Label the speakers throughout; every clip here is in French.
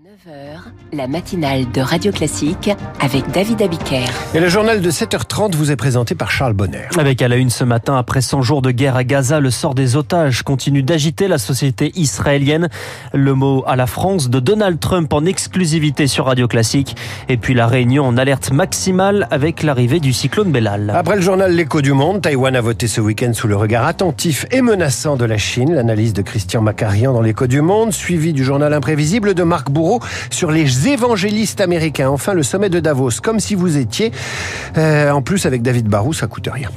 Speaker 1: 9h, la matinale de Radio Classique avec David Abiker.
Speaker 2: Et le journal de 7h30 vous est présenté par Charles Bonner.
Speaker 3: Avec à la une ce matin, après 100 jours de guerre à Gaza, le sort des otages continue d'agiter la société israélienne. Le mot à la France de Donald Trump en exclusivité sur Radio Classique. Et puis la Réunion en alerte maximale avec l'arrivée du cyclone Bellal.
Speaker 2: Après le journal L'Écho du Monde, Taïwan a voté ce week-end sous le regard attentif et menaçant de la Chine. L'analyse de Christian Macarian dans L'Écho du Monde, suivi du journal imprévisible de Marc Bourreau sur les évangélistes américains. Enfin, le sommet de Davos, comme si vous étiez. En plus, avec David Barrou, ça coûte rien.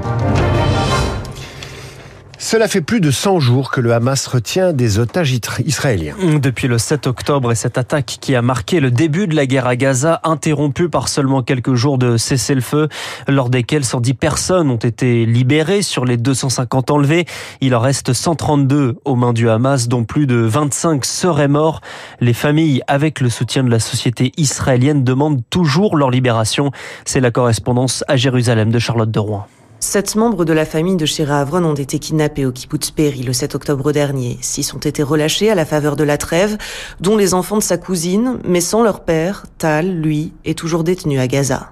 Speaker 2: Cela fait plus de 100 jours que le Hamas retient des otages israéliens.
Speaker 3: Depuis le 7 octobre et cette attaque qui a marqué le début de la guerre à Gaza, interrompue par seulement quelques jours de cessez-le-feu, lors desquels 110 personnes ont été libérées sur les 250 enlevés. Il en reste 132 aux mains du Hamas, dont plus de 25 seraient morts. Les familles, avec le soutien de la société israélienne, demandent toujours leur libération. C'est la correspondance à Jérusalem de Charlotte de Rouen.
Speaker 4: 7 membres de la famille de Shira Havron ont été kidnappés au kibbutz Be'eri le 7 octobre dernier. 6 ont été relâchés à la faveur de la trêve, dont les enfants de sa cousine, mais sans leur père. Tal, lui, est toujours détenu à Gaza.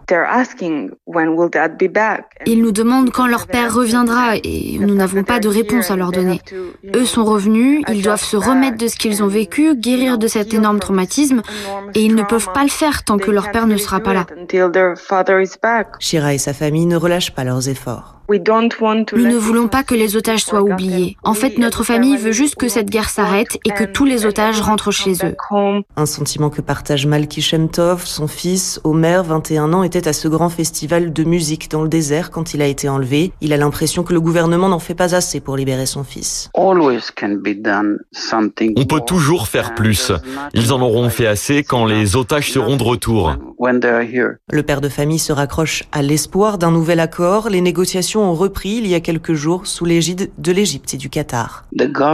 Speaker 5: Ils nous demandent quand leur père reviendra et nous n'avons pas de réponse à leur donner. Eux sont revenus, ils doivent se remettre de ce qu'ils ont vécu, guérir de cet énorme traumatisme et ils ne peuvent pas le faire tant que leur père ne sera pas là.
Speaker 4: Shira et sa famille ne relâchent pas leurs efforts.
Speaker 5: Nous ne voulons pas que les otages soient oubliés. En fait, notre famille veut juste que cette guerre s'arrête et que tous les otages rentrent chez eux.
Speaker 4: Un sentiment que partage Malki Shem Tov, son fils, Omer, 21 ans, était à ce grand festival de musique dans le désert quand il a été enlevé. Il a l'impression que le gouvernement n'en fait pas assez pour libérer son fils.
Speaker 6: On peut toujours faire plus. Ils en auront fait assez quand les otages seront de retour.
Speaker 4: Le père de famille se raccroche à l'espoir d'un nouvel accord. Les négociations ont repris il y a quelques jours sous l'égide de l'Égypte et du Qatar.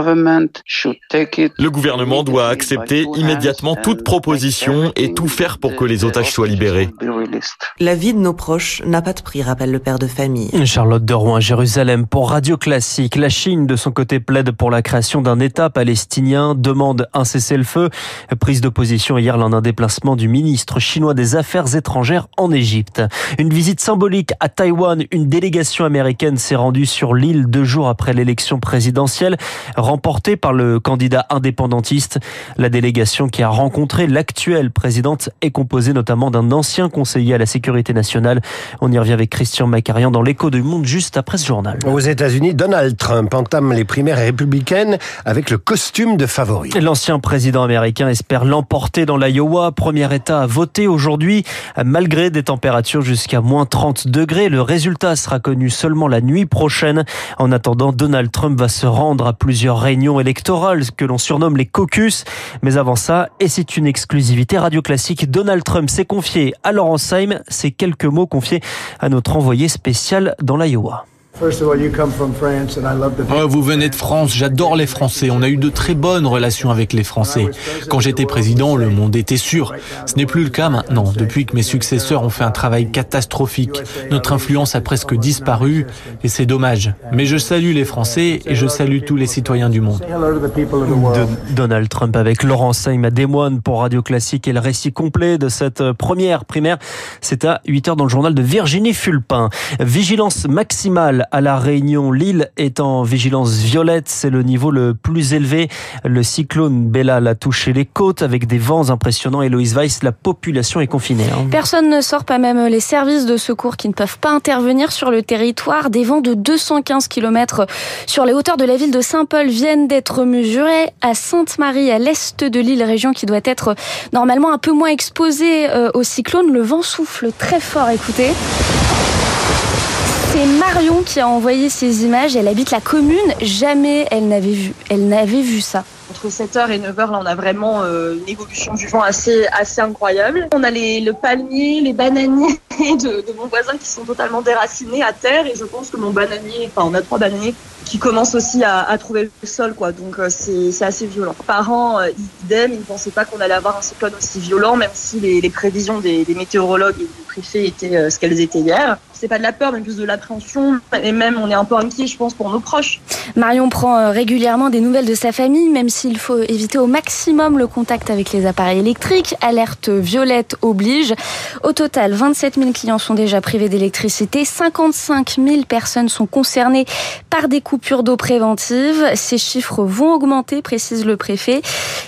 Speaker 6: Le gouvernement doit accepter immédiatement toute proposition et tout faire pour que les otages soient libérés.
Speaker 4: La vie de nos proches n'a pas de prix, rappelle le père de famille.
Speaker 3: Charlotte de Rouen à Jérusalem pour Radio Classique. La Chine, de son côté, plaide pour la création d'un État palestinien, demande un cessez-le-feu. Prise de position hier lors d'un déplacement du ministre chinois des Affaires étrangères en Égypte. Une visite symbolique à Taïwan, une délégation américaine s'est rendue sur l'île 2 jours après l'élection présidentielle remportée par le candidat indépendantiste. La délégation qui a rencontré l'actuelle présidente est composée notamment d'un ancien conseiller à la sécurité nationale. On y revient avec Christian Macarian dans l'Écho du Monde juste après ce journal.
Speaker 2: Aux États-Unis, Donald Trump entame les primaires républicaines avec le costume de favori.
Speaker 3: L'ancien président américain espère l'emporter dans l'Iowa. Premier État à voter aujourd'hui, malgré des températures jusqu'à moins 30 degrés. Le résultat sera connu seulement la nuit prochaine. En attendant, Donald Trump va se rendre à plusieurs réunions électorales que l'on surnomme les caucus. Mais avant ça, et c'est une exclusivité Radio Classique, Donald Trump s'est confié à Laurence Saïm. Ces quelques mots confiés à notre envoyé spécial dans l'Iowa.
Speaker 7: Vous venez de France, j'adore les Français. On a eu de très bonnes relations avec les Français. Quand j'étais président, le monde était sûr. Ce n'est plus le cas maintenant. Depuis que mes successeurs ont fait un travail catastrophique, notre influence a presque disparu et c'est dommage. Mais je salue les Français et je salue tous les citoyens du monde.
Speaker 3: Donald Trump avec Laurence Saïm à Des Moines pour Radio Classique et le récit complet de cette première primaire. C'est à 8h dans le journal de Virginie Fulpin. Vigilance maximale à La Réunion, l'île est en vigilance violette, c'est le niveau le plus élevé. Le cyclone Bellal a touché les côtes avec des vents impressionnants. Héloïse Weiss, la population est confinée.
Speaker 8: Personne ne sort, pas même les services de secours qui ne peuvent pas intervenir sur le territoire. Des vents de 215 km sur les hauteurs de la ville de Saint-Paul viennent d'être mesurés à Sainte-Marie, à l'est de l'île, région qui doit être normalement un peu moins exposée au cyclone. Le vent souffle très fort, écoutez. C'est Marion qui a envoyé ces images. Elle habite la commune. Jamais elle n'avait vu ça.
Speaker 9: Entre 7h et 9h, là, on a vraiment une évolution du vent assez incroyable. On a le palmier, les bananiers de mon voisin qui sont totalement déracinés à terre. Et je pense que mon bananier, on a 3 bananiers, qui commencent aussi à trouver le sol, quoi. Donc c'est assez violent. Parents, idem, ils ne pensaient pas qu'on allait avoir un cyclone aussi violent, même si les prévisions des météorologues et des préfets étaient ce qu'elles étaient hier. C'est pas de la peur, mais plus de l'appréhension. Et même, on est un peu inquiet, je pense, pour nos proches.
Speaker 8: Marion prend régulièrement des nouvelles de sa famille, même s'il faut éviter au maximum le contact avec les appareils électriques. Alerte violette oblige. Au total, 27 000 clients sont déjà privés d'électricité. 55 000 personnes sont concernées par des coupures d'eau préventives. Ces chiffres vont augmenter, précise le préfet,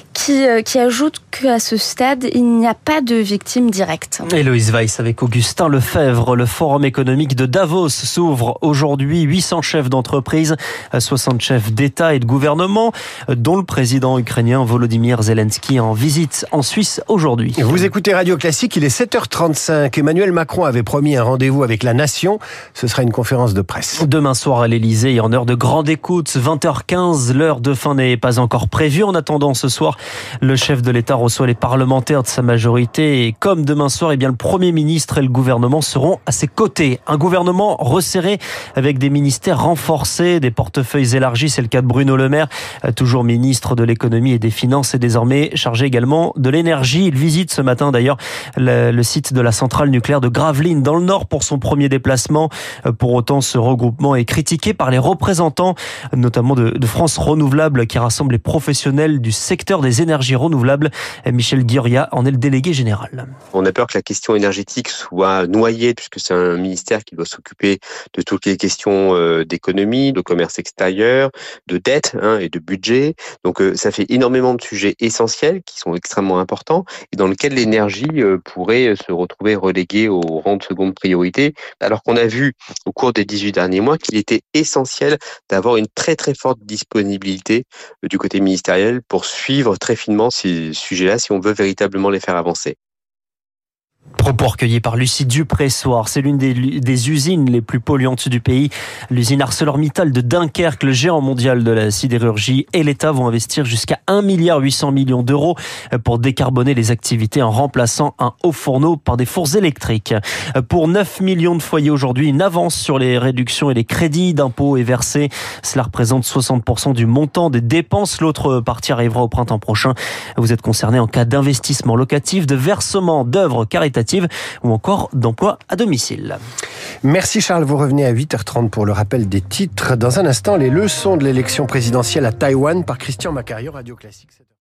Speaker 8: qui ajoute qu'à ce stade, il n'y a pas de victimes directes.
Speaker 3: Héloïse Weiss avec Augustin Lefebvre. Le forum économique de Davos s'ouvre aujourd'hui. 800 chefs d'entreprise, 60 chefs d'État et de gouvernement, dont le président ukrainien Volodymyr Zelensky en visite en Suisse aujourd'hui.
Speaker 2: Vous écoutez Radio Classique, il est 7h35. Emmanuel Macron avait promis un rendez-vous avec la nation. Ce sera une conférence de presse.
Speaker 3: Demain soir à l'Élysée et en heure de grande écoute, 20h15, l'heure de fin n'est pas encore prévue. En attendant, ce soir, le chef de l'État reçoit les parlementaires de sa majorité et comme demain soir, le Premier ministre et le gouvernement seront à ses côtés. Un gouvernement resserré avec des ministères renforcés, des portefeuilles élargis. C'est le cas de Bruno Le Maire, toujours ministre de l'économie et des finances et désormais chargé également de l'énergie. Il visite ce matin d'ailleurs le site de la centrale nucléaire de Gravelines dans le Nord pour son premier déplacement. Pour autant, ce regroupement est critiqué par les représentants, notamment de France Renouvelable qui rassemble les professionnels du secteur des énergies renouvelables. Michel Guiria en est le délégué général.
Speaker 10: On a peur que la question énergétique soit noyée puisque c'est un ministère qui doit s'occuper de toutes les questions d'économie, de commerce extérieur, de dette et de budget. Donc ça fait énormément de sujets essentiels qui sont extrêmement importants et dans lesquels l'énergie pourrait se retrouver reléguée au rang de seconde priorité. Alors qu'on a vu au cours des 18 derniers mois qu'il était essentiel d'avoir une très très forte disponibilité du côté ministériel pour suivre très finement ces sujets-là si on veut véritablement les faire avancer.
Speaker 3: Propos recueillis par Lucie Dupressoir. C'est l'une des usines les plus polluantes du pays. L'usine ArcelorMittal de Dunkerque, le géant mondial de la sidérurgie et l'État vont investir jusqu'à 1,8 milliard d'euros pour décarboner les activités en remplaçant un haut fourneau par des fours électriques. Pour 9 millions de foyers aujourd'hui, une avance sur les réductions et les crédits d'impôts est versée. Cela représente 60% du montant des dépenses. L'autre partie arrivera au printemps prochain. Vous êtes concerné en cas d'investissement locatif, de versement d'œuvres caritatives ou encore d'emploi à domicile.
Speaker 2: Merci Charles, vous revenez à 8h30 pour le rappel des titres. Dans un instant, les leçons de l'élection présidentielle à Taïwan par Christian Macarion, Radio Classique.